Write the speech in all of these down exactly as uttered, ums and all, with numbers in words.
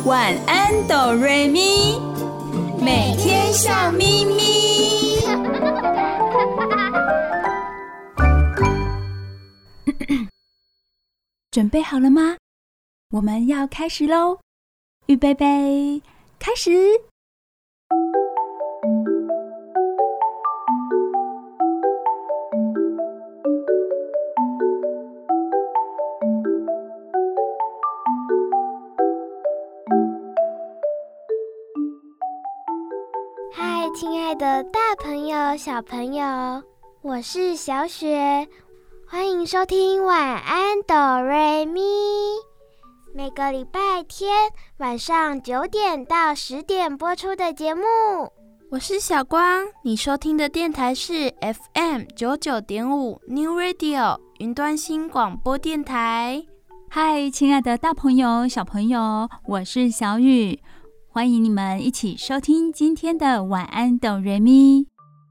晚安哆瑞咪，每天笑眯眯。准备好了吗？我们要开始喽！预备备，开始！ 嗨，亲爱的大朋友、小朋友，我是小雪，欢迎收听晚安哆瑞咪。每个礼拜天晚上九点到十点播出的节目。 我是小光，你收听的电台是 F M 九九点五 New Radio 云端新广播电台。 嗨，亲爱的大朋友、小朋友，我是小雨，欢迎你们一起收听今天的晚安哆瑞咪。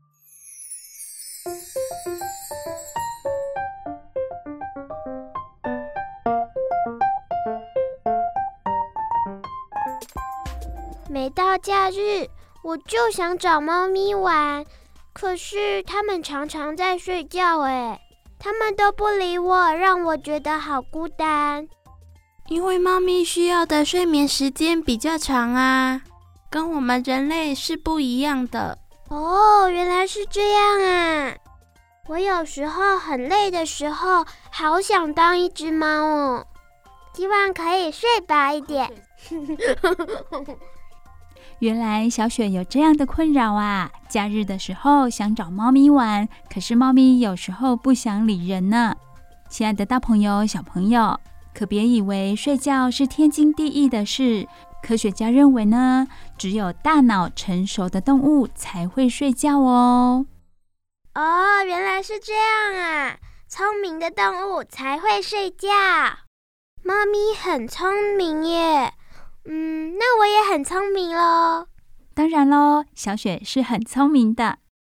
每到假日，我就想找猫咪玩，可是它们常常在睡觉耶，它们都不理我，让我觉得好孤单。 因为猫咪需要的睡眠时间比较长啊，跟我们人类是不一样的。 哦，原来是这样啊！我有时候很累的时候，好想当一只猫哦，希望可以睡饱一点。 原来小雪有这样的困扰啊！假日的时候想找猫咪玩，可是猫咪有时候不想理人呢。亲爱的大朋友、小朋友，可别以为睡觉是天经地义的事。科学家认为呢，只有大脑成熟的动物才会睡觉哦。 哦，原来是这样啊！聪明的动物才会睡觉。猫咪很聪明耶。嗯，那我也很聪明咯。 当然咯，小雪是很聪明的。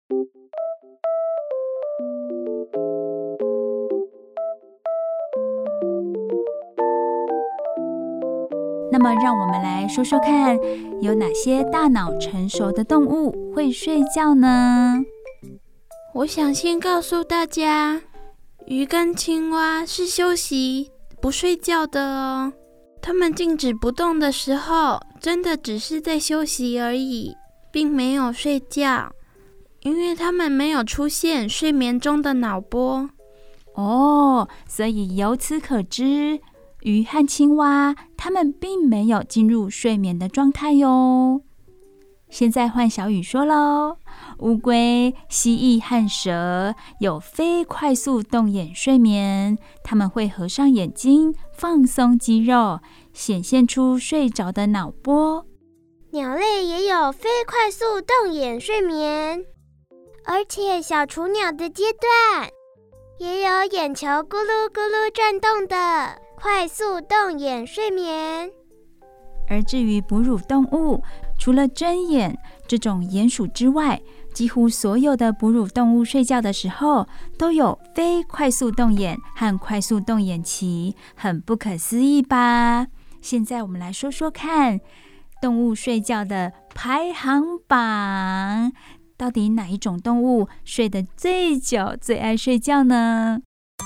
那么让我们来说说看，有哪些大脑成熟的动物会睡觉呢？ 我想先告诉大家，鱼跟青蛙是休息不睡觉的哦。它们静止不动的时候，真的只是在休息而已，并没有睡觉，因为它们没有出现睡眠中的脑波。 哦，所以由此可知，鱼和青蛙它们并没有进入睡眠的状态哟。现在换小雨说咯，乌龟、蜥蜴和蛇有非快速动眼睡眠，它们会合上眼睛，放松肌肉，显现出睡着的脑波。 鸟类也有非快速动眼睡眠，而且小雏鸟的阶段也有眼球咕噜咕噜转动的快速动眼睡眠。 而至于哺乳动物，除了睁眼这种鼹鼠之外，几乎所有的哺乳动物睡觉的时候都有非快速动眼和快速动眼期，很不可思议吧？现在我们来说说看，动物睡觉的排行榜，到底哪一种动物睡得最久、最爱睡觉呢？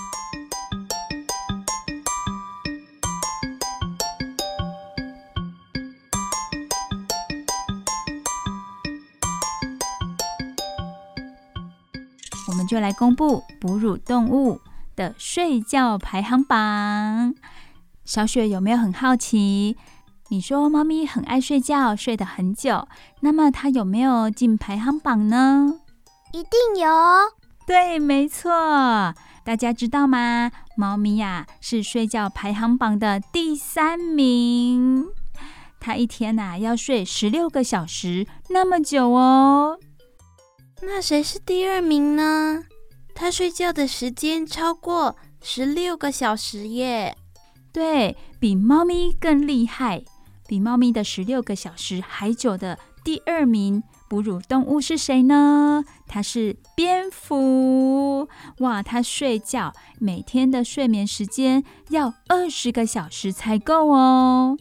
我们就来公布哺乳动物的睡觉排行榜。小雪有没有很好奇？你说猫咪很爱睡觉，睡得很久，那么它有没有进排行榜呢？ 一定有。 对，没错。大家知道吗？猫咪呀、啊、是睡觉排行榜的第三名。它一天啊要睡十六个小时，那么久哦。 那谁是第二名呢？他睡觉的时间超过十六个小时耶。 对，比猫咪更厉害，比猫咪的十六个小时还久的第二名哺乳动物是谁呢？它是蝙蝠。哇，它睡觉每天的睡眠时间要二十个小时才够哦。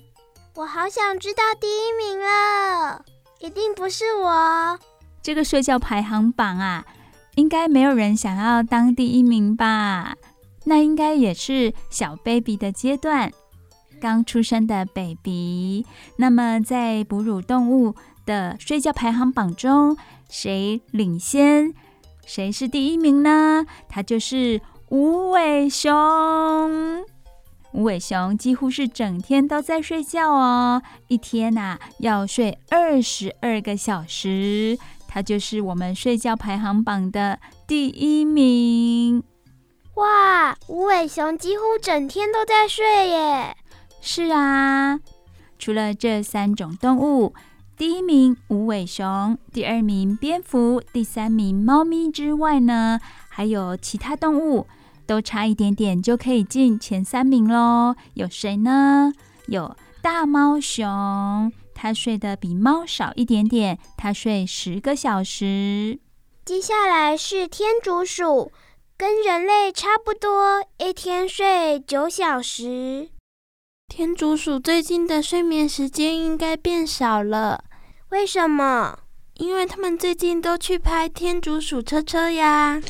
我好想知道第一名了，一定不是我。 这个睡觉排行榜啊，应该没有人想要当第一名吧？那应该也是小 baby 的阶段，刚出生的 baby。那么在哺乳动物的睡觉排行榜中，谁领先？谁是第一名呢？它就是无尾熊。无尾熊几乎是整天都在睡觉哦，一天啊要睡二十二个小时，它就是我们睡觉排行榜的第一名。 哇，无尾熊几乎整天都在睡耶！ 是啊，除了这三种动物，第一名无尾熊，第二名蝙蝠，第三名猫咪之外呢，还有其他动物都差一点点就可以进前三名咯。有谁呢？有大猫熊，它睡得比猫少一点点，它睡十个小时。 接下来是天竺鼠，跟人类差不多，一天睡九小时。 天竺鼠最近的睡眠时间应该变少了。 为什么？ 因为他们最近都去拍天竺鼠车车呀。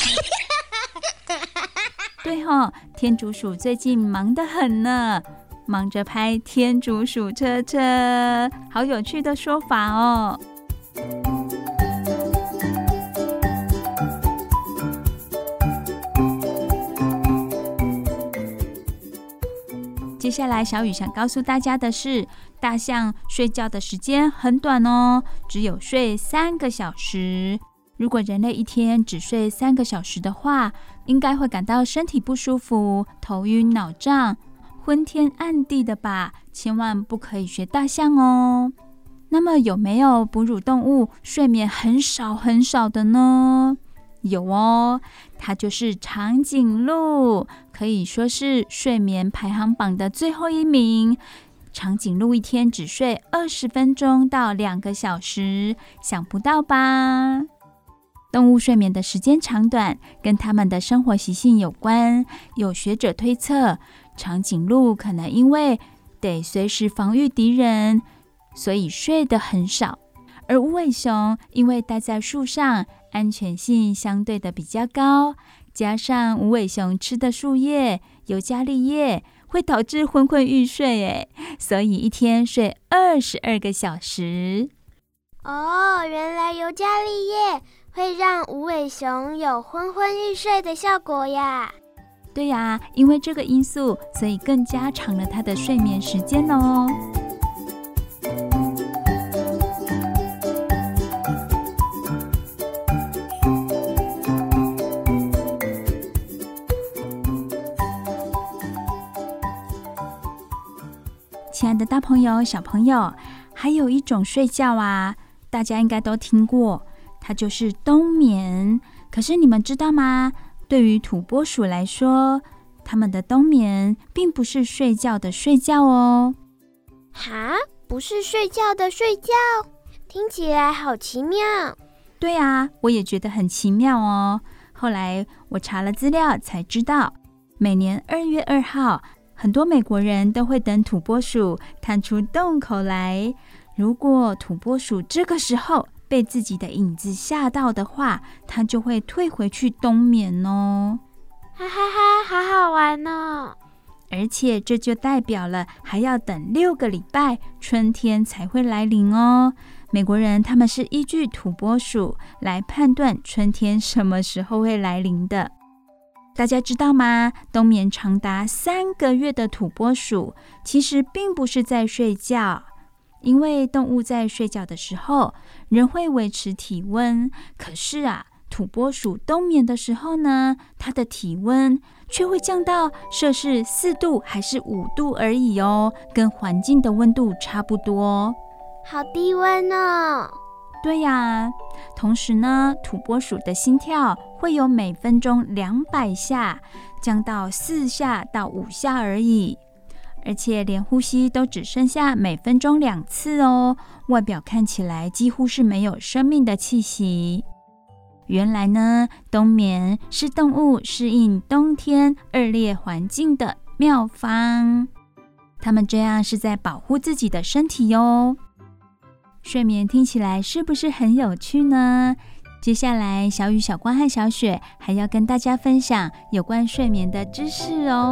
对哦，天竺鼠最近忙得很呢，忙着拍天竺鼠车车，好有趣的说法哦。接下来小雨想告诉大家的是，大象睡觉的时间很短哦，只有睡三个小时。如果人类一天只睡三个小时的话，应该会感到身体不舒服、头晕脑胀、昏天暗地的吧，千万不可以学大象哦。那么有没有哺乳动物睡眠很少很少的呢？有哦，它就是长颈鹿，可以说是睡眠排行榜的最后一名。长颈鹿一天只睡二十分钟到两个小时，想不到吧？动物睡眠的时间长短跟它们的生活习性有关，有学者推测，长颈鹿可能因为得随时防御敌人，所以睡得很少。而无尾熊因为待在树上，安全性相对的比较高，加上无尾熊吃的树叶、尤加利叶会导致昏昏欲睡，哎，所以一天睡二十二个小时。 哦，原来尤加利叶会让无尾熊有昏昏欲睡的效果呀。 对呀，因为这个因素，所以更加长了它的睡眠时间哦。亲爱的大朋友、小朋友，还有一种睡觉啊，大家应该都听过，它就是冬眠。可是你们知道吗？对于土拨鼠来说，它们的冬眠并不是睡觉的睡觉哦。 哈，不是睡觉的睡觉？听起来好奇妙。 对啊，我也觉得很奇妙哦。后来我查了资料才知道，每年二月二号，很多美国人都会等土拨鼠探出洞口来。如果土拨鼠这个时候被自己的影子吓到的话，它就会退回去冬眠哦。 哈哈哈，好好玩哦！ 而且这就代表了还要等六个礼拜，春天才会来临哦。美国人他们是依据土拨鼠来判断春天什么时候会来临的。大家知道吗？冬眠长达三个月的土拨鼠，其实并不是在睡觉。因为动物在睡觉的时候，人会维持体温，可是啊，土拨鼠冬眠的时候呢，它的体温却会降到摄氏四度还是五度而已哦，跟环境的温度差不多。 好低温哦！ 对呀，同时呢，土拨鼠的心跳会有每分钟两百下，降到四下到五下而已。而且连呼吸都只剩下每分钟两次哦，外表看起来几乎是没有生命的气息。原来呢，冬眠是动物适应冬天恶劣环境的妙方。 他们这样是在保护自己的身体哟。睡眠听起来是不是很有趣呢？接下来，小雨、小光和小雪还要跟大家分享有关睡眠的知识哦。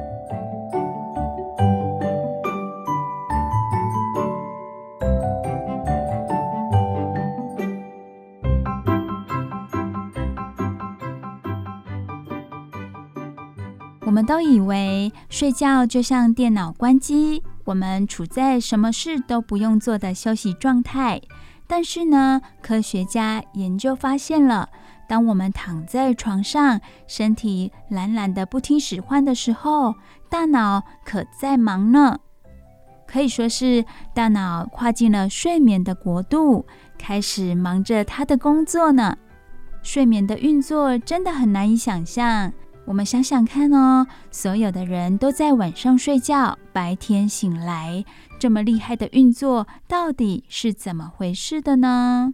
我们都以为睡觉就像电脑关机，我们处在什么事都不用做的休息状态。但是呢，科学家研究发现了，当我们躺在床上，身体懒懒的不听使唤的时候，大脑可在忙呢。可以说是大脑跨进了睡眠的国度，开始忙着它的工作呢。睡眠的运作真的很难以想象。我们想想看哦，所有的人都在晚上睡觉，白天醒来，这么厉害的运作到底是怎么回事的呢？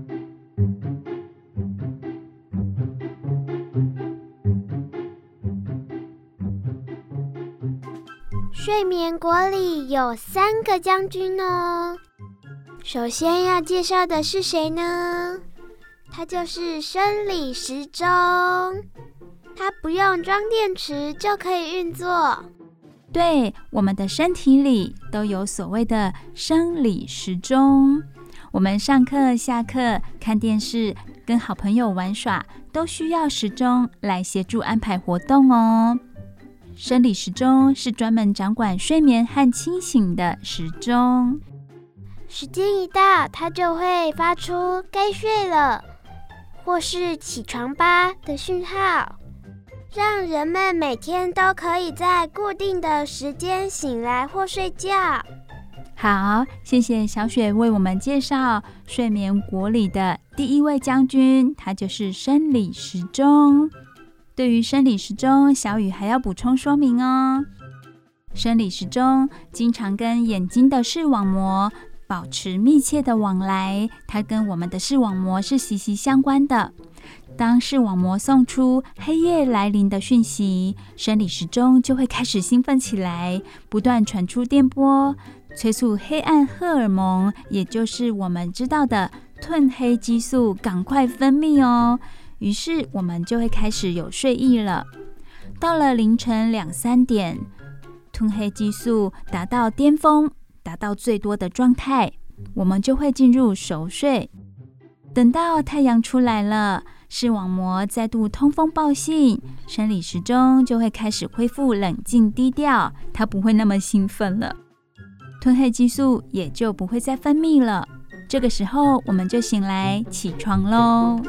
睡眠国里有三个将军哦。首先要介绍的是谁呢？他就是生理时钟。它不用装电池就可以运作。 对，我们的身体里都有所谓的生理时钟。我们上课、下课、看电视、跟好朋友玩耍，都需要时钟来协助安排活动哦。生理时钟是专门掌管睡眠和清醒的时钟。 时间一到，它就会发出该睡了，或是起床吧的讯号。让人们每天都可以在固定的时间醒来或睡觉。 好，谢谢小雪为我们介绍睡眠国里的第一位将军，他就是生理时钟。对于生理时钟，小雨还要补充说明哦。生理时钟经常跟眼睛的视网膜保持密切的往来，它跟我们的视网膜是息息相关的。当视网膜送出黑夜来临的讯息，生理时钟就会开始兴奋起来，不断传出电波，催促黑暗荷尔蒙，也就是我们知道的褪黑激素赶快分泌哦。于是我们就会开始有睡意了。到了凌晨两三点，褪黑激素达到巅峰，达到最多的状态，我们就会进入熟睡。等到太阳出来了，视网膜再度通风报信，生理时钟就会开始恢复冷静低调，它不会那么兴奋了，褪黑激素也就不会再分泌了。这个时候我们就醒来起床咯。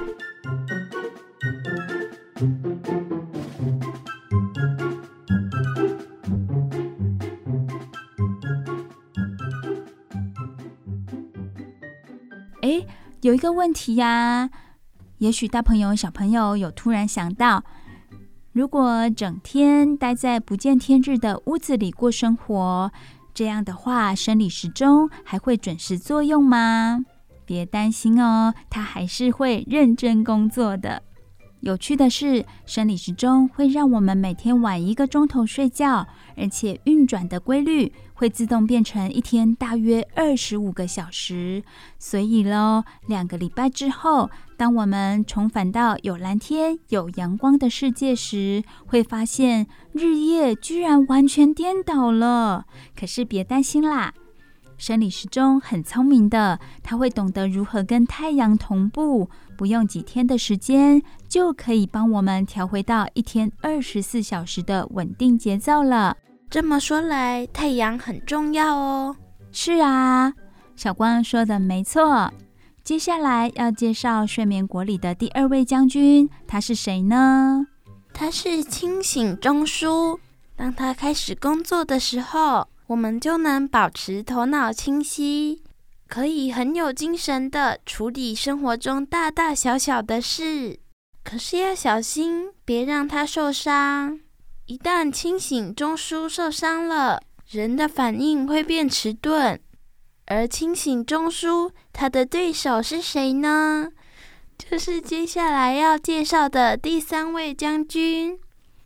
诶，有一个问题呀，也许大朋友小朋友有突然想到，如果整天待在不见天日的屋子里过生活，这样的话生理时钟还会准时作用吗？别担心哦，它还是会认真工作的。有趣的是，生理时钟会让我们每天晚一个钟头睡觉，而且运转的规律会自动变成一天大约二十五个小时。所以咯，两个礼拜之后，当我们重返到有蓝天、有阳光的世界时，会发现日夜居然完全颠倒了。可是别担心啦，生理时钟很聪明的，它会懂得如何跟太阳同步，不用几天的时间就可以帮我们调回到一天二十四小时的稳定节奏了。 这么说来，太阳很重要哦。 是啊，小光说的没错。接下来要介绍睡眠国里的第二位将军，他是谁呢？ 他是清醒中枢。当他开始工作的时候，我们就能保持头脑清晰，可以很有精神地处理生活中大大小小的事。可是要小心，别让它受伤。一旦清醒中枢受伤了，人的反应会变迟钝。而清醒中枢，他的对手是谁呢？就是接下来要介绍的第三位将军。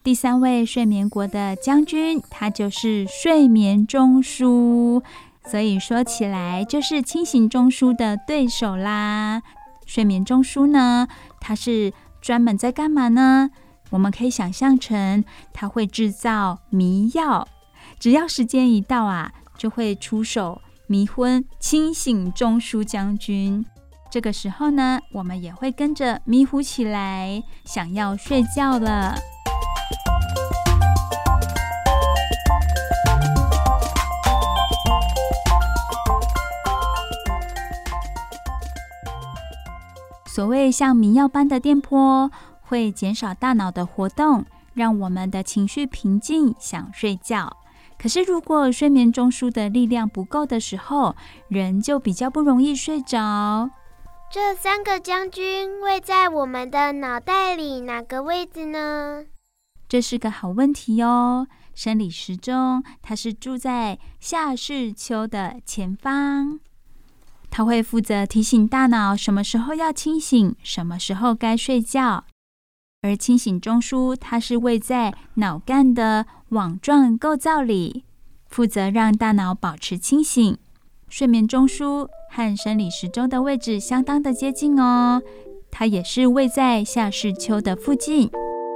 第三位睡眠国的将军，他就是睡眠中枢，所以说起来就是清醒中枢的对手啦。睡眠中枢呢，它是专门在干嘛呢？我们可以想象成它会制造迷药，只要时间一到啊，就会出手迷昏清醒中枢将军。这个时候呢，我们也会跟着迷糊起来，想要睡觉了。所谓像迷药般的电波，会减少大脑的活动，让我们的情绪平静，想睡觉。可是如果睡眠中枢的力量不够的时候，人就比较不容易睡着。 这三个将军位在我们的脑袋里哪个位置呢？ 这是个好问题哦。生理时钟它是住在下视丘的前方，它会负责提醒大脑什么时候要清醒，什么时候该睡觉。而清醒中枢它是位在脑干的网状构造里，负责让大脑保持清醒。睡眠中枢和生理时钟的位置相当的接近哦，它也是位在下视丘的附近。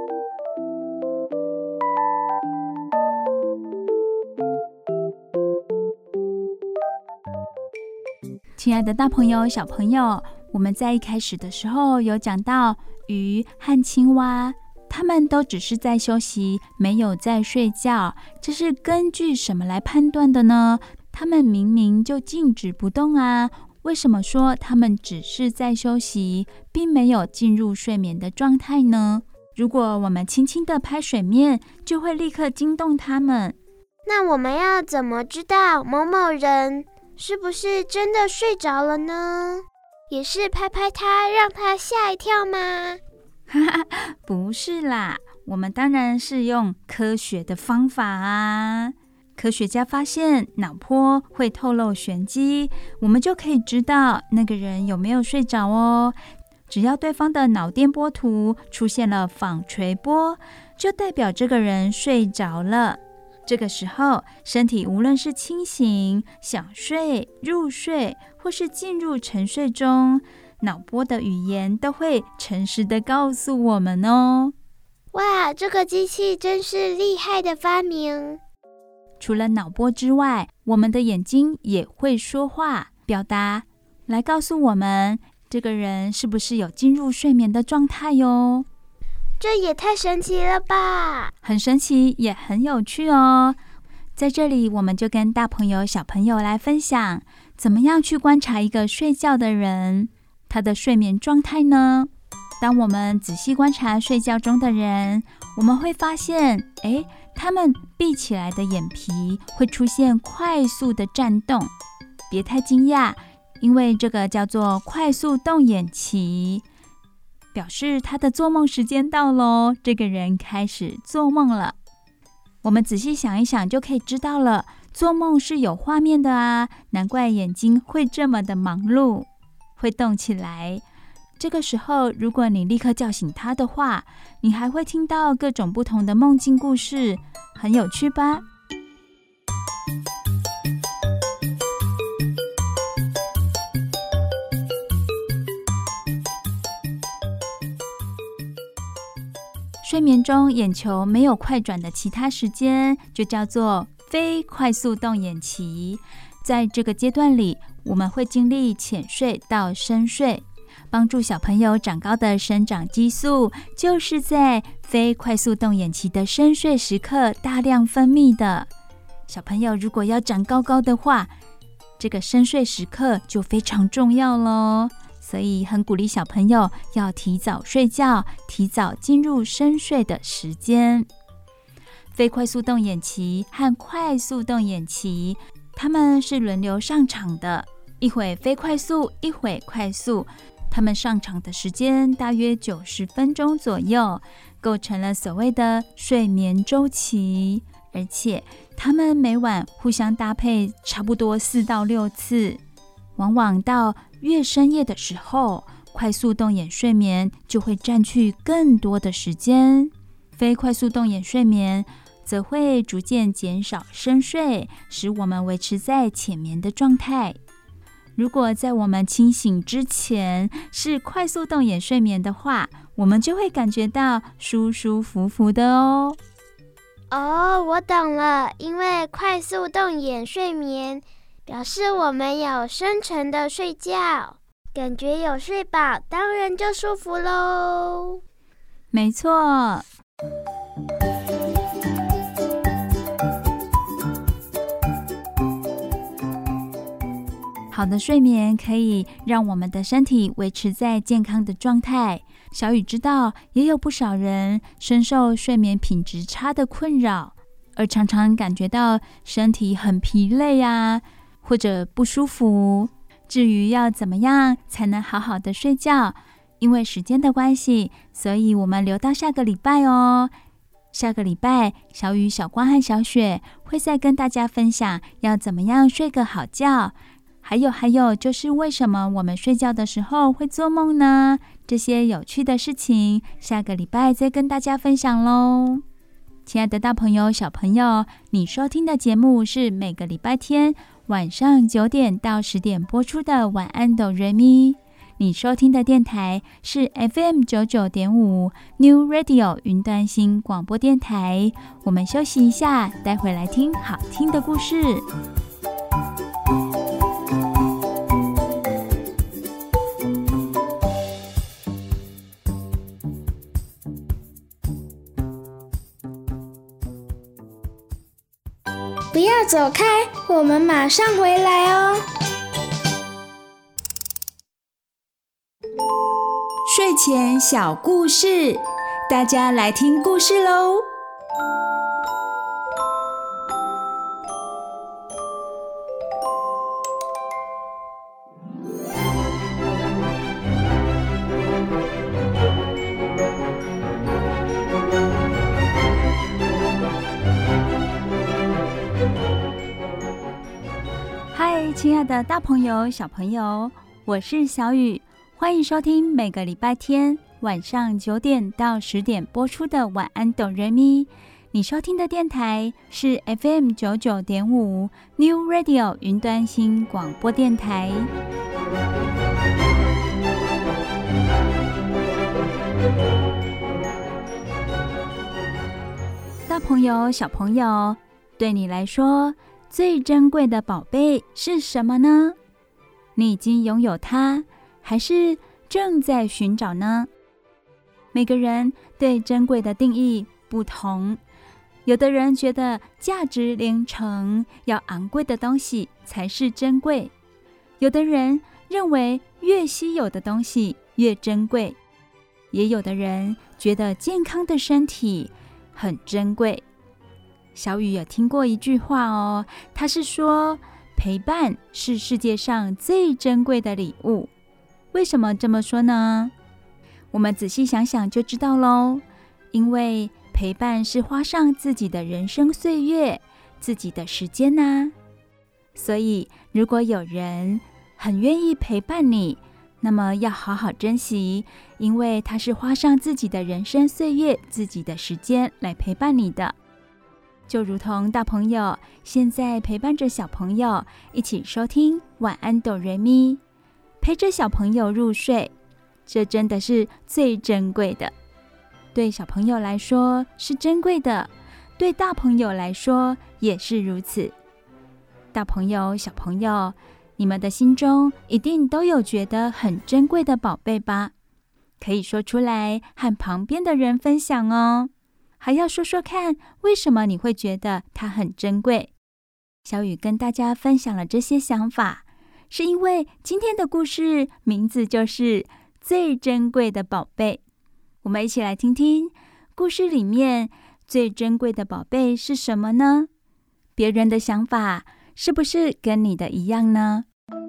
亲爱的大朋友小朋友，我们在一开始的时候有讲到鱼和青蛙，它们都只是在休息，没有在睡觉。这是根据什么来判断的呢？它们明明就静止不动啊，为什么说它们只是在休息，并没有进入睡眠的状态呢？如果我们轻轻地拍水面，就会立刻惊动它们。 那我们要怎么知道某某人是不是真的睡着了呢？也是拍拍他，让他吓一跳吗？ 哈哈，不是啦，我们当然是用科学的方法啊。科学家发现脑波会透露玄机，我们就可以知道那个人有没有睡着哦。只要对方的脑电波图出现了纺锤波，就代表这个人睡着了。这个时候，身体无论是清醒、想睡、入睡，或是进入沉睡中，脑波的语言都会诚实的告诉我们哦。 哇，这个机器真是厉害的发明！ 除了脑波之外，我们的眼睛也会说话，表达来告诉我们这个人是不是有进入睡眠的状态哟。 这也太神奇了吧！ 很神奇，也很有趣哦。在这里，我们就跟大朋友、小朋友来分享，怎么样去观察一个睡觉的人，他的睡眠状态呢？当我们仔细观察睡觉中的人，我们会发现，诶，他们闭起来的眼皮会出现快速的颤动。别太惊讶，因为这个叫做快速动眼期，表示他的做梦时间到咯，这个人开始做梦了。我们仔细想一想就可以知道了，做梦是有画面的啊，难怪眼睛会这么的忙碌，会动起来。这个时候，如果你立刻叫醒他的话，你还会听到各种不同的梦境故事，很有趣吧？睡眠中眼球没有快转的其他时间，就叫做非快速动眼期。在这个阶段里，我们会经历浅睡到深睡。帮助小朋友长高的生长激素，就是在非快速动眼期的深睡时刻大量分泌的。小朋友如果要长高高的话，这个深睡时刻就非常重要咯。所以很鼓励小朋友要提早睡觉，提早进入深睡的时间。非快速动眼期和快速动眼期，他们是轮流上场的，一会非快速，一会快速。他们上场的时间大约九十分钟左右，构成了所谓的睡眠周期，而且他们每晚互相搭配差不多四到六次。往往到越深夜的时候，快速动眼睡眠就会占据更多的时间。 非快速动眼睡眠则会逐渐减少深睡，使我们维持在浅眠的状态。如果在我们清醒之前是快速动眼睡眠的话，我们就会感觉到舒舒服服的哦。 哦，我懂了，因为快速动眼睡眠表示我们有深沉的睡觉，感觉有睡饱，当然就舒服咯。 没错。好的睡眠可以让我们的身体维持在健康的状态。小雨知道，也有不少人深受睡眠品质差的困扰，而常常感觉到身体很疲累啊，或者不舒服。至于要怎么样才能好好的睡觉，因为时间的关系，所以我们留到下个礼拜哦。下个礼拜，小雨、小光和小雪会再跟大家分享要怎么样睡个好觉。还有还有，就是为什么我们睡觉的时候会做梦呢？这些有趣的事情，下个礼拜再跟大家分享咯。亲爱的大朋友、小朋友，你收听的节目是每个礼拜天晚上九点到十点播出的晚安哆瑞咪。你收听的电台是 F M 九九点五 New Radio 云端新广播电台。我们休息一下，待会来听好听的故事。 不要走开，我们马上回来哦。 睡前小故事，大家来听故事喽。 嗨，亲爱的大朋友、小朋友，我是小雨，欢迎收听每个礼拜天晚上九点到十点播出的晚安哆瑞咪。你收听的电台是 F M 九九点五 New Radio 云端新广播电台。大朋友、小朋友，对你来说，最珍贵的宝贝是什么呢？你已经拥有它，还是正在寻找呢？每个人对珍贵的定义不同，有的人觉得价值连城，要昂贵的东西才是珍贵；有的人认为越稀有的东西越珍贵；也有的人觉得健康的身体很珍贵。小雨有听过一句话哦，他是说陪伴是世界上最珍贵的礼物。为什么这么说呢？我们仔细想想就知道咯。因为陪伴是花上自己的人生岁月，自己的时间啊。所以如果有人很愿意陪伴你，那么要好好珍惜，因为他是花上自己的人生岁月，自己的时间来陪伴你的。就如同大朋友现在陪伴着小朋友一起收听晚安哆瑞咪，陪着小朋友入睡，这真的是最珍贵的。对小朋友来说是珍贵的，对大朋友来说也是如此。大朋友、小朋友，你们的心中一定都有觉得很珍贵的宝贝吧？可以说出来和旁边的人分享哦。还要说说看，为什么你会觉得它很珍贵？小雨跟大家分享了这些想法，是因为今天的故事名字就是最珍贵的宝贝。我们一起来听听故事里面最珍贵的宝贝是什么呢？别人的想法是不是跟你的一样呢？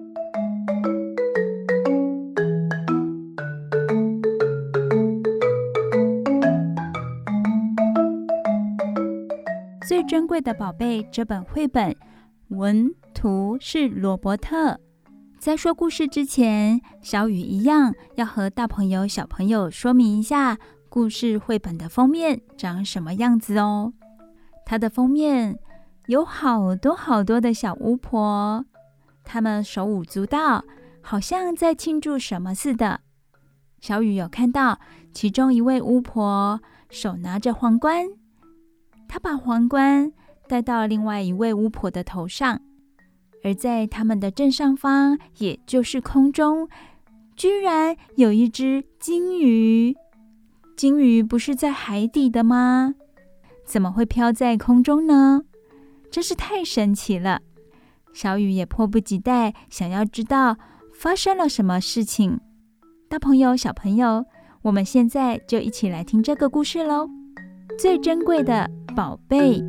最珍贵的宝贝这本绘本文图是罗伯特。在说故事之前，小雨一样要和大朋友小朋友说明一下故事绘本的封面长什么样子哦。它的封面有好多好多的小巫婆，她们手舞足蹈，好像在庆祝什么似的。小雨有看到其中一位巫婆手拿着皇冠，她把皇冠戴到另外一位巫婆的头上，而在他们的正上方，也就是空中，居然有一只金鱼。金鱼不是在海底的吗？怎么会飘在空中呢？真是太神奇了。小雨也迫不及待想要知道发生了什么事情。大朋友小朋友，我们现在就一起来听这个故事咯。最珍贵的宝贝。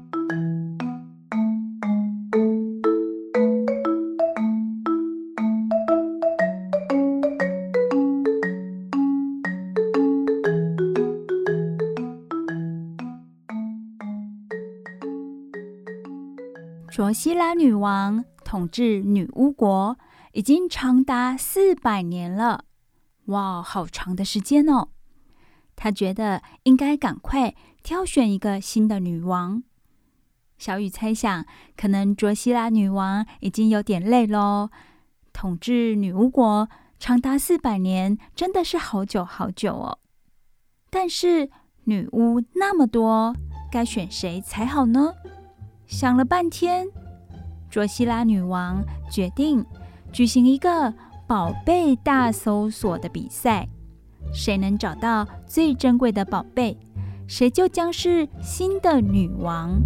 卓西拉女王统治女巫国已经长达四百年了，哇，好长的时间哦！她觉得应该赶快挑选一个新的女王。小雨猜想，可能卓西拉女王已经有点累咯，统治女巫国长达四百年，真的是好久好久哦。但是女巫那么多，该选谁才好呢？想了半天，卓西拉女王决定举行一个宝贝大搜索的比赛，谁能找到最珍贵的宝贝，谁就将是新的女王。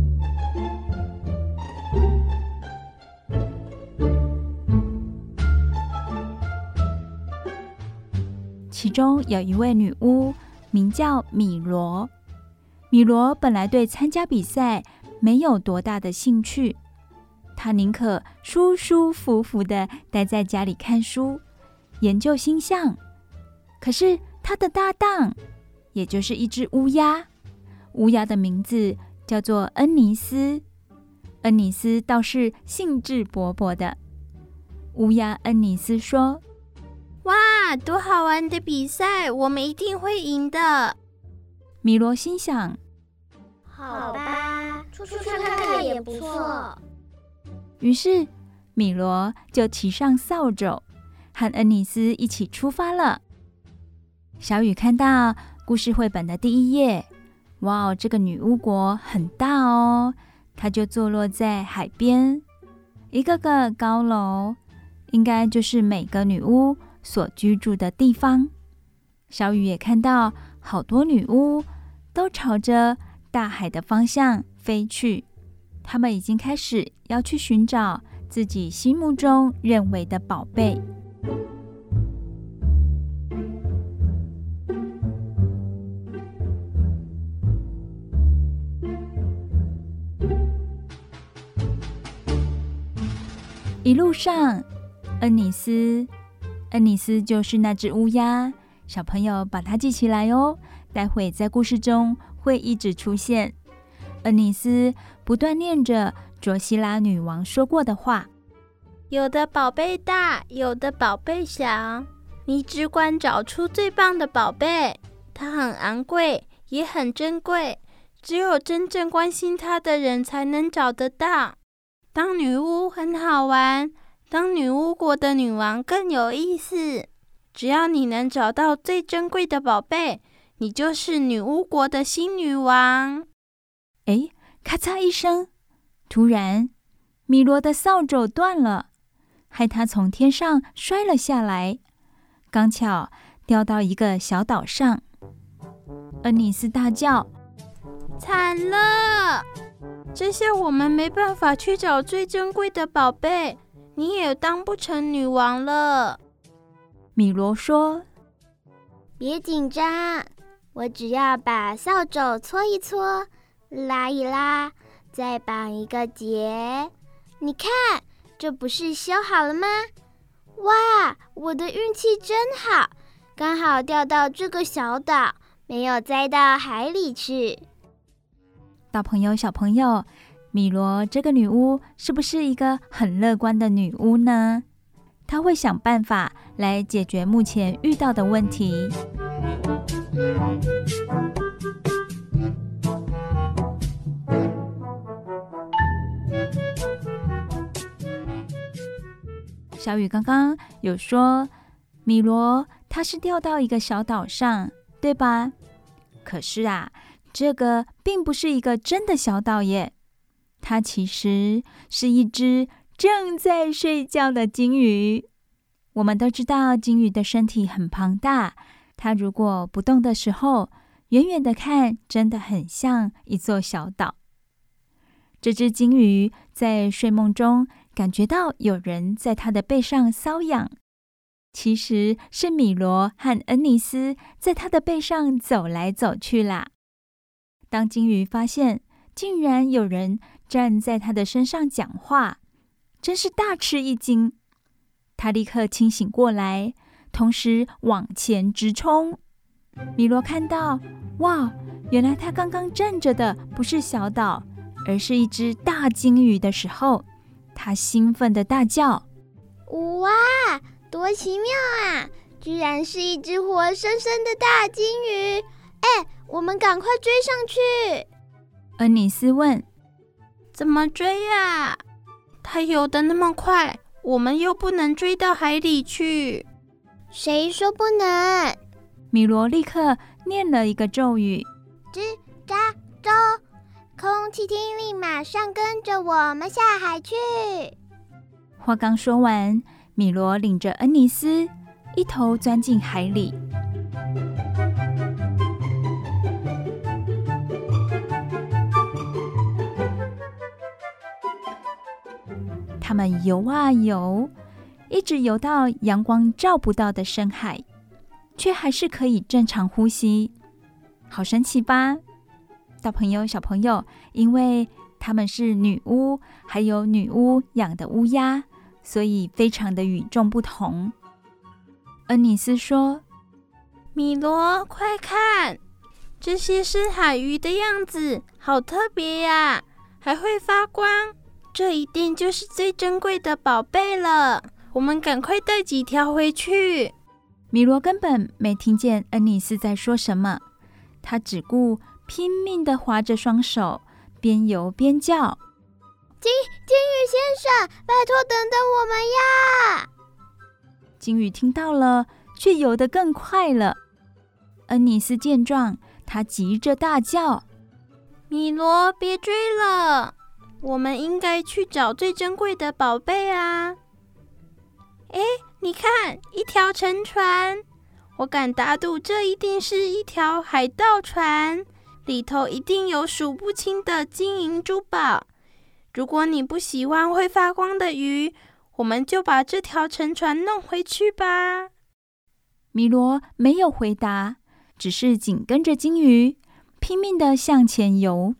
其中有一位女巫名叫米罗，米罗本来对参加比赛没有多大的兴趣，他宁可舒舒服服地待在家里看书，研究星象。可是他的搭档，也就是一只乌鸦，乌鸦的名字叫做恩尼斯。恩尼斯倒是兴致勃勃的。乌鸦恩尼斯说： 哇，多好玩的比赛，我们一定会赢的。 米罗心想： 好吧，出去看看也不错。 于是米罗就骑上扫帚，和恩尼斯一起出发了。小雨看到故事绘本的第一页，哇，这个女巫国很大哦，它就坐落在海边，一个个高楼，应该就是每个女巫所居住的地方。小雨也看到好多女巫都朝着大海的方向飞去，他们已经开始要去寻找自己心目中认为的宝贝。一路上，恩尼斯，恩尼斯就是那只乌鸦，小朋友把它记起来哦，待会在故事中会一直出现。恩尼斯不断念着卓西拉女王说过的话： 有的宝贝大，有的宝贝小，你只管找出最棒的宝贝，它很昂贵，也很珍贵，只有真正关心它的人才能找得到。当女巫很好玩，当女巫国的女王更有意思。只要你能找到最珍贵的宝贝，你就是女巫国的新女王。 诶，咔嚓一声，突然米罗的扫帚断了，害他从天上摔了下来，刚巧掉到一个小岛上。恩尼斯大叫： 惨了！这下我们没办法去找最珍贵的宝贝，你也当不成女王了。 米罗说： 别紧张，我只要把扫帚搓一搓，拉一拉，再绑一个结，你看，这不是修好了吗？哇，我的运气真好，刚好掉到这个小岛，没有栽到海里去。 大朋友小朋友，米罗这个女巫是不是一个很乐观的女巫呢？她会想办法来解决目前遇到的问题。 小雨刚刚有说，米罗他是掉到一个小岛上，对吧？可是啊，这个并不是一个真的小岛耶，它其实是一只正在睡觉的鲸鱼。我们都知道鲸鱼的身体很庞大，它如果不动的时候，远远的看真的很像一座小岛。这只鲸鱼在睡梦中感觉到有人在它的背上搔痒，其实是米罗和恩尼斯在它的背上走来走去啦。当鲸鱼发现竟然有人站在它的身上讲话，真是大吃一惊。他立刻清醒过来，同时往前直冲。米罗看到，哇，原来他刚刚站着的不是小岛，而是一只大鲸鱼的时候，他兴奋地大叫： 哇，多奇妙啊！居然是一只活生生的大鲸鱼！哎，我们赶快追上去！ 恩尼斯问： 怎么追呀？它游得那么快，我们又不能追到海里去。 谁说不能？ 米罗立刻念了一个咒语： 吱喳周，空气听力马上跟着我们下海去。 话刚说完，米罗领着恩尼斯一头钻进海里。他们游啊游，一直游到阳光照不到的深海，却还是可以正常呼吸，好神奇吧？大朋友小朋友，因为他们是女巫，还有女巫养的乌鸦，所以非常的与众不同。恩尼斯说： 米罗，快看，这些是海鱼的样子，好特别呀，还会发光，这一定就是最珍贵的宝贝了，我们赶快带几条回去。 米罗根本没听见恩尼斯在说什么，他只顾拼命地划着双手，边游边叫： 鲸鲸鱼先生，拜托等等我们呀！ 鲸鱼听到了，却游得更快了。恩尼斯见状，他急着大叫： 米罗，别追了，我们应该去找最珍贵的宝贝啊！哎，你看，一条沉船，我敢打赌这一定是一条海盗船，里头一定有数不清的金银珠宝。如果你不喜欢会发光的鱼，我们就把这条沉船弄回去吧。 米罗没有回答，只是紧跟着鲸鱼，拼命地向前游。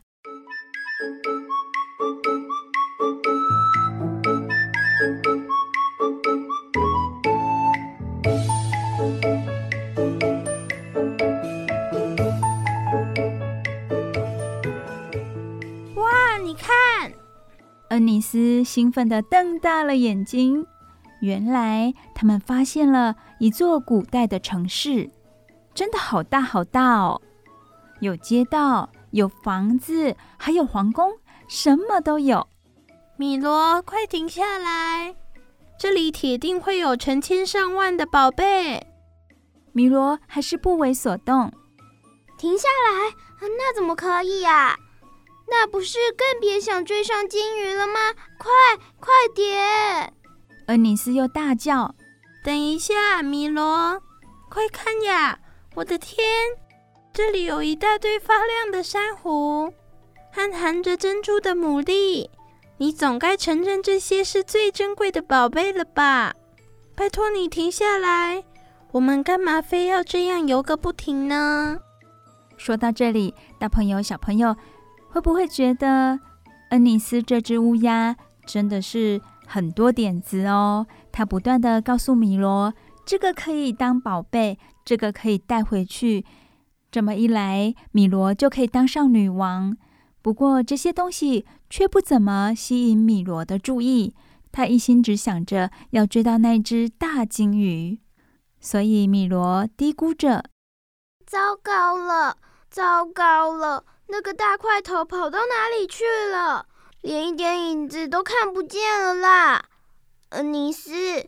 哇，你看！ 恩尼斯兴奋地瞪大了眼睛，原来他们发现了一座古代的城市，真的好大好大哦！有街道，有房子，还有皇宫，什么都有。 米罗，快停下来！这里铁定会有成千上万的宝贝。 米罗还是不为所动。 停下来，那怎么可以啊？那不是更别想追上鲸鱼了吗？快快点！ 恩尼斯又大叫： 等一下，米罗，快看呀！我的天，这里有一大堆发亮的珊瑚和含着珍珠的牡蛎，你总该承认这些是最珍贵的宝贝了吧？拜托你停下来，我们干嘛非要这样游个不停呢？ 说到这里，大朋友小朋友会不会觉得恩尼斯这只乌鸦真的是很多点子哦？他不断地告诉米罗，这个可以当宝贝，这个可以带回去。这么一来，米罗就可以当上女王。不过这些东西却不怎么吸引米罗的注意，他一心只想着要追到那只大鲸鱼。所以米罗嘀咕着： 糟糕了，糟糕了！那个大块头跑到哪里去了？连一点影子都看不见了啦！恩尼斯，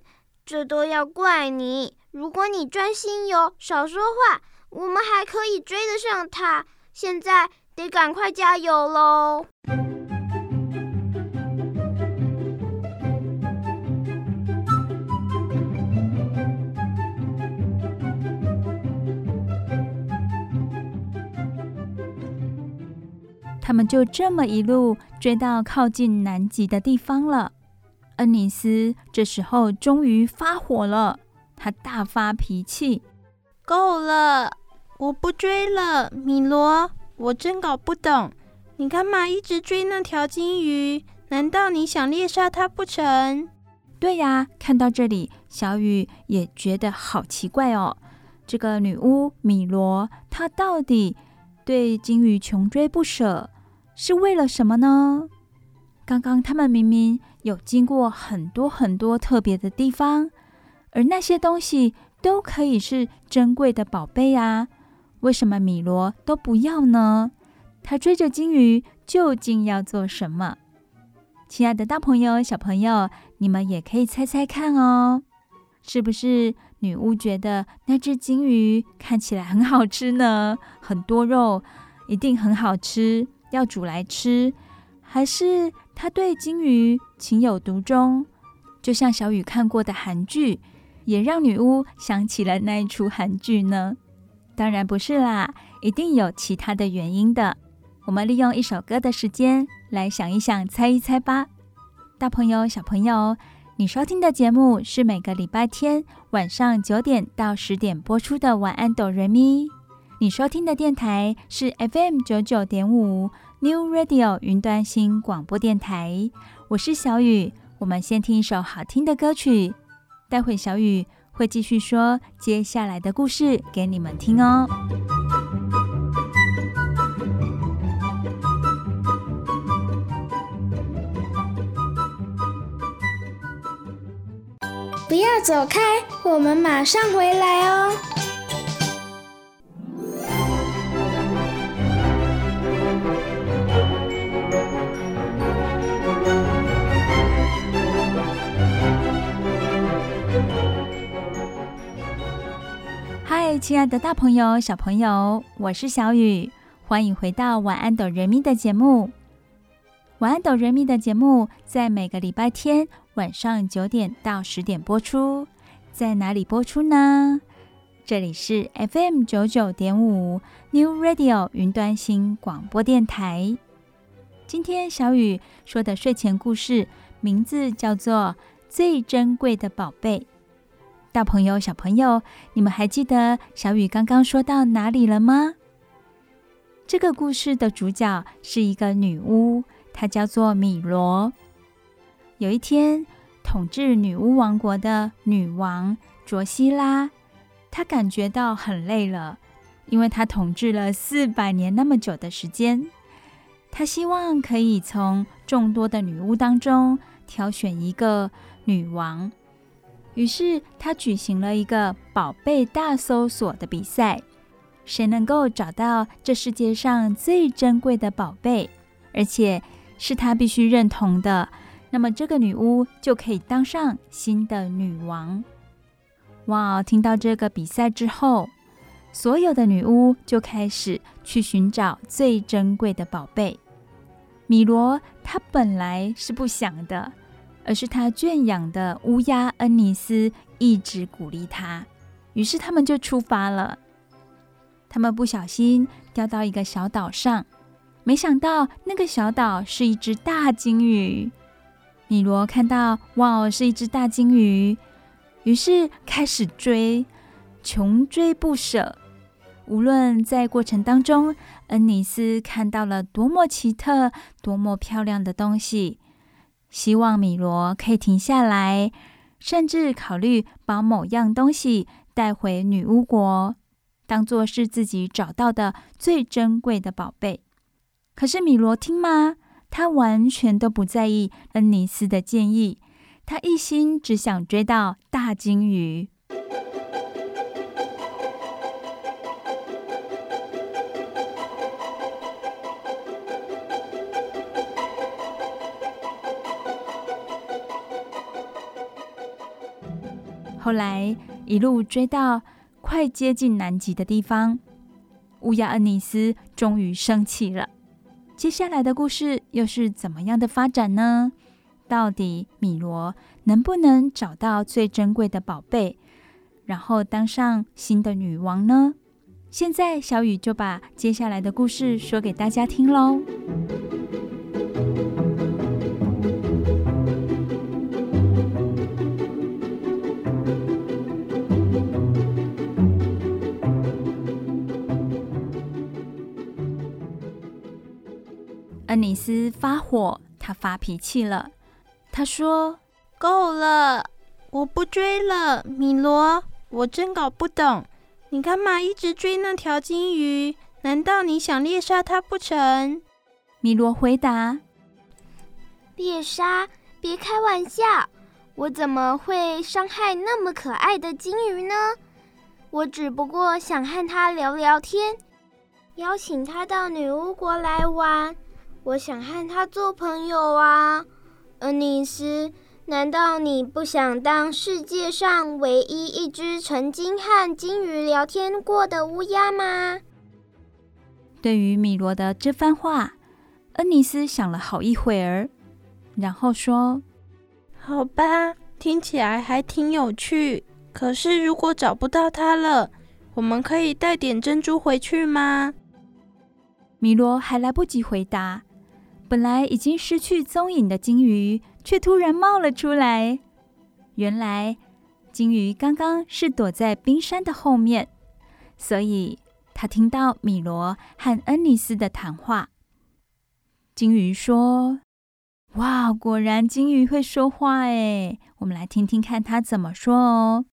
这都要怪你。如果你专心游，少说话，我们还可以追得上他。现在得赶快加油喽！ 他们就这么一路追到靠近南极的地方了。恩尼斯这时候终于发火了，他大发脾气： 够了，我不追了，米罗，我真搞不懂，你干嘛一直追那条金鱼？难道你想猎杀它不成？ 对呀，看到这里，小雨也觉得好奇怪哦。这个女巫米罗，她到底对金鱼穷追不舍，是为了什么呢？刚刚他们明明有经过很多很多特别的地方，而那些东西都可以是珍贵的宝贝啊，为什么米罗都不要呢？他追着金鱼究竟要做什么？亲爱的大朋友小朋友，你们也可以猜猜看哦，是不是女巫觉得那只金鱼看起来很好吃呢？很多肉，一定很好吃，要煮来吃，还是她对金鱼情有独钟？就像小雨看过的韩剧，也让女巫想起了那一出韩剧呢？当然不是啦，一定有其他的原因的。我们利用一首歌的时间来想一想，猜一猜吧。大朋友小朋友，你收听的节目是每个礼拜天晚上九点到十点播出的晚安哆瑞咪。你收听的电台是 F M 九九点五 New Radio 云端新广播电台。我是小雨，我们先听一首好听的歌曲，待会小雨会继续说接下来的故事给你们听哦。 不要走开，我们马上回来哦。 嗨，亲爱的大朋友小朋友，我是小雨，欢迎回到晚安哆瑞咪的节目。晚安哆瑞咪的节目在每个礼拜天晚上九点到十点播出，在哪里播出呢？这里是 F M 九九点五 New Radio 云端新广播电台。今天小雨说的睡前故事名字叫做最珍贵的宝贝。大朋友小朋友，你们还记得小雨刚刚说到哪里了吗？这个故事的主角是一个女巫，她叫做米罗。有一天，统治女巫王国的女王卓西拉，她感觉到很累了，因为她统治了四百年那么久的时间。她希望可以从众多的女巫当中挑选一个女王，于是她举行了一个宝贝大搜索的比赛，谁能够找到这世界上最珍贵的宝贝，而且是她必须认同的，那么这个女巫就可以当上新的女王。哇，听到这个比赛之后，所有的女巫就开始去寻找最珍贵的宝贝。米罗她本来是不想的，而是她圈养的乌鸦恩尼斯一直鼓励她，于是他们就出发了。他们不小心掉到一个小岛上，没想到那个小岛是一只大金鱼。米罗看到，哇，是一只大金鱼，于是开始追，穷追不舍。无论在过程当中，恩尼斯看到了多么奇特、多么漂亮的东西，希望米罗可以停下来，甚至考虑把某样东西带回女巫国，当作是自己找到的最珍贵的宝贝。可是米罗听吗？他完全都不在意恩尼斯的建议，他一心只想追到大金鱼。 后来一路追到快接近南极的地方，乌鸦恩尼斯终于生气了。接下来的故事又是怎么样的发展呢？到底米罗能不能找到最珍贵的宝贝，然后当上新的女王呢？现在小雨就把接下来的故事说给大家听咯。恩尼斯发火，他发脾气了。他说： 够了，我不追了，米罗，我真搞不懂，你干嘛一直追那条金鱼？难道你想猎杀它不成？ 米罗回答： 猎杀？别开玩笑，我怎么会伤害那么可爱的金鱼呢？我只不过想和它聊聊天，邀请它到女巫国来玩，我想和它做朋友啊。恩尼斯，难道你不想当世界上唯一一只曾经和金鱼聊天过的乌鸦吗？ 对于米罗的这番话，恩尼斯想了好一会儿，然后说： 好吧，听起来还挺有趣，可是如果找不到它了，我们可以带点珍珠回去吗？ 米罗还来不及回答，本来已经失去踪影的金鱼却突然冒了出来。原来金鱼刚刚是躲在冰山的后面，所以他听到米罗和恩尼斯的谈话。金鱼说：哇，果然金鱼会说话耶，我们来听听看他怎么说哦。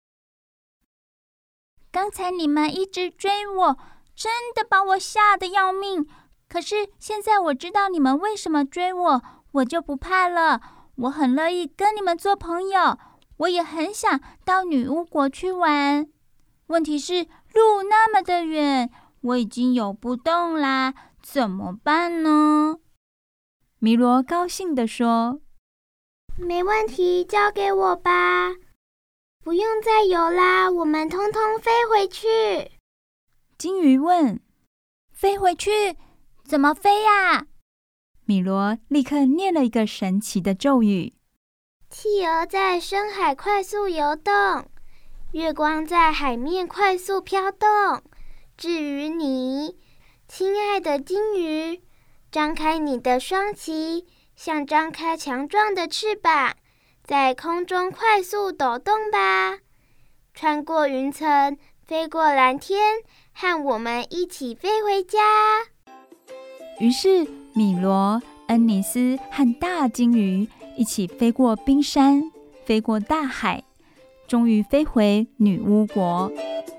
刚才你们一直追我，真的把我吓得要命。可是现在我知道你们为什么追我，我就不怕了。我很乐意跟你们做朋友，我也很想到女巫国去玩。问题是路那么的远，我已经游不动啦，怎么办呢？ 米罗高兴地说： 没问题，交给我吧。不用再游啦，我们通通飞回去。 金鱼问： 飞回去？怎么飞呀？ 米罗立刻念了一个神奇的咒语： 企鹅在深海快速游动，月光在海面快速飘动。至于你，亲爱的金鱼，张开你的双鳍，像张开强壮的翅膀，在空中快速抖动吧，穿过云层，飞过蓝天，和我们一起飞回家。 于是米罗、恩尼斯和大金鱼一起飞过冰山，飞过大海，终于飞回女巫国。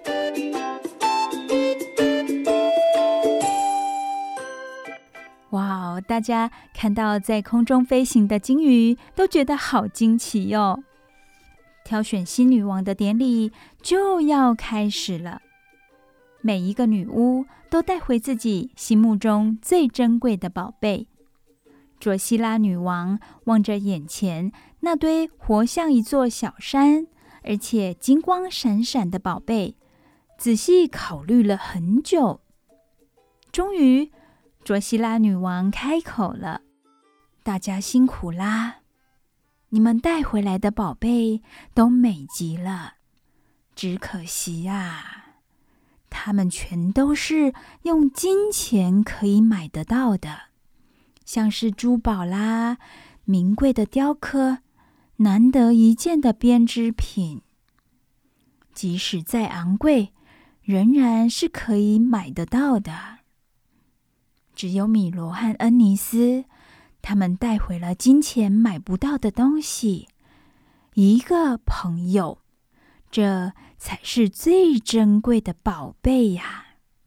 哇，大家看到在空中飞行的金鱼都觉得好惊奇哟。挑选新女王的典礼就要开始了，每一个女巫都带回自己心目中最珍贵的宝贝。卓西拉女王望着眼前那堆活像一座小山，而且金光闪闪的宝贝，仔细考虑了很久。终于，卓西拉女王开口了：大家辛苦啦，你们带回来的宝贝都美极了，只可惜啊，它们全都是用金钱可以买得到的，像是珠宝啦、名贵的雕刻、难得一见的编织品，即使再昂贵，仍然是可以买得到的。只有米罗和恩尼斯，他们带回了金钱买不到的东西，一个朋友，这才是最珍贵的宝贝呀！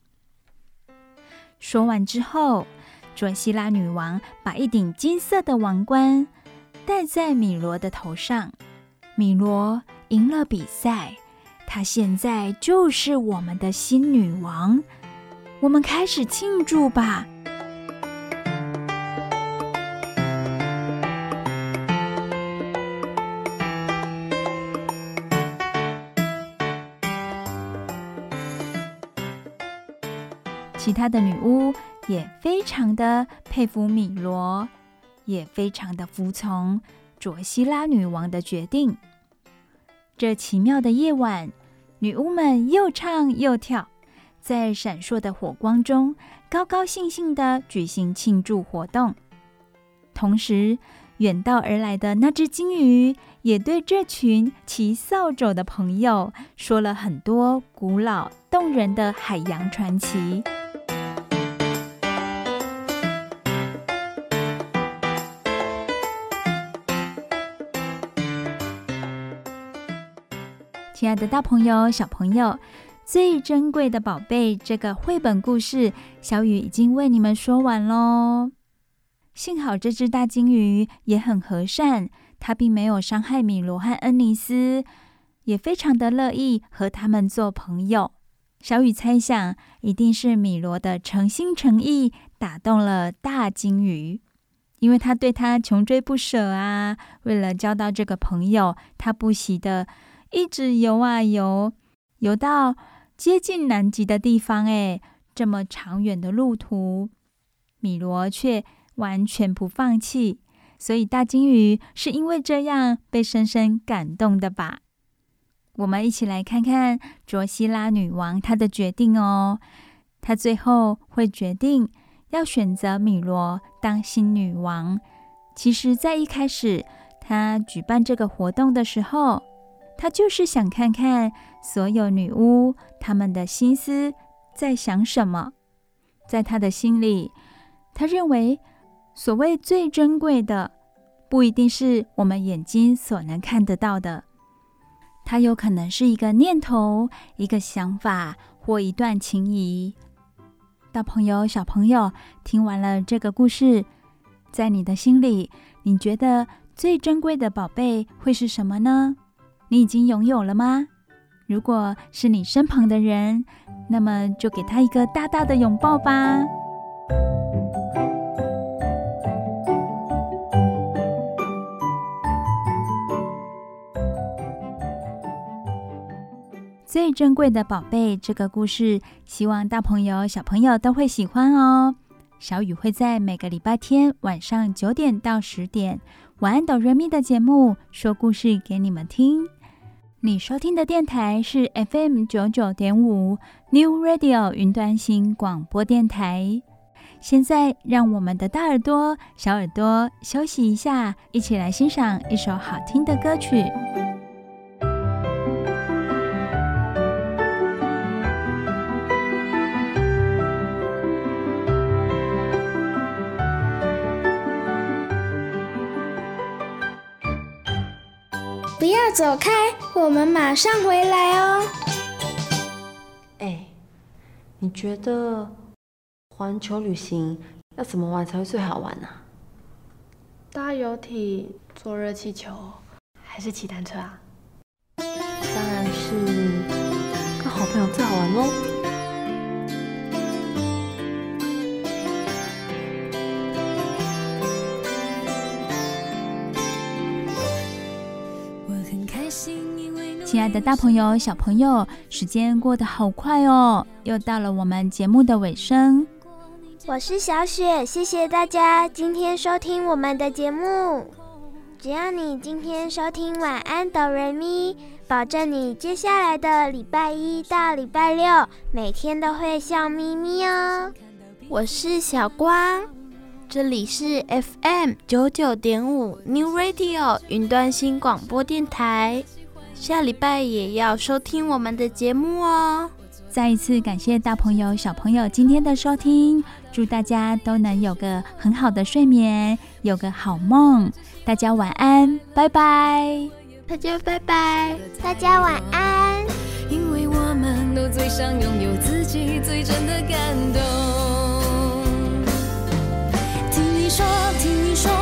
说完之后，卓西拉女王把一顶金色的王冠戴在米罗的头上。米罗赢了比赛，她现在就是我们的新女王。我们开始庆祝吧！ 其他的女巫也非常的佩服米罗，也非常的服从卓希拉女王的决定。这奇妙的夜晚，女巫们又唱又跳，在闪烁的火光中高高兴兴地举行庆祝活动。同时，远道而来的那只金鱼也对这群骑扫帚的朋友说了很多古老动人的海洋传奇。亲爱的大朋友小朋友，最珍贵的宝贝这个绘本故事，小雨已经为你们说完咯。幸好这只大金鱼也很和善，它并没有伤害米罗和恩尼斯，也非常的乐意和他们做朋友。小雨猜想，一定是米罗的诚心诚意打动了大金鱼，因为他对他穷追不舍啊，为了交到这个朋友，他不惜的一直游啊游，游到接近南极的地方，哎，这么长远的路途，米罗却完全不放弃，所以大金鱼是因为这样被深深感动的吧。我们一起来看看卓希拉女王她的决定哦。她最后会决定要选择米罗当新女王。其实在一开始她举办这个活动的时候，她就是想看看所有女巫她们的心思在想什么。在她的心里，她认为所谓最珍贵的，不一定是我们眼睛所能看得到的，它有可能是一个念头、一个想法或一段情谊。大朋友、小朋友，听完了这个故事，在你的心里，你觉得最珍贵的宝贝会是什么呢？你已经拥有了吗？如果是你身旁的人，那么就给他一个大大的拥抱吧。最珍贵的宝贝这个故事，希望大朋友小朋友都会喜欢哦。小雨会在每个礼拜天晚上九点到十点，晚安哆瑞咪的节目说故事给你们听。你收听的电台是 F M 九九点五 New Radio 云端新广播电台。现在让我们的大耳朵、小耳朵休息一下，一起来欣赏一首好听的歌曲。 不要走开，我们马上回来哦。 哎，你觉得环球旅行要怎么玩才会最好玩呢？ 搭游艇、坐热气球，还是骑单车啊？ 当然是跟好朋友最好玩喽。 亲爱的大朋友小朋友，时间过得好快哦，又到了我们节目的尾声。 我是小雪，谢谢大家今天收听我们的节目。只要你今天收听晚安哆瑞咪，保证你接下来的礼拜一到礼拜六每天都会笑眯眯哦。 我是小光，这里是 F M 九九点五 New Radio 云端新广播电台，下礼拜也要收听我们的节目哦。 再一次感谢大朋友小朋友今天的收听，祝大家都能有个很好的睡眠，有个好梦。大家晚安，拜拜。 大家拜拜， 大家晚安。 因为我们都最想拥有自己最真的感动。听你说，听你说，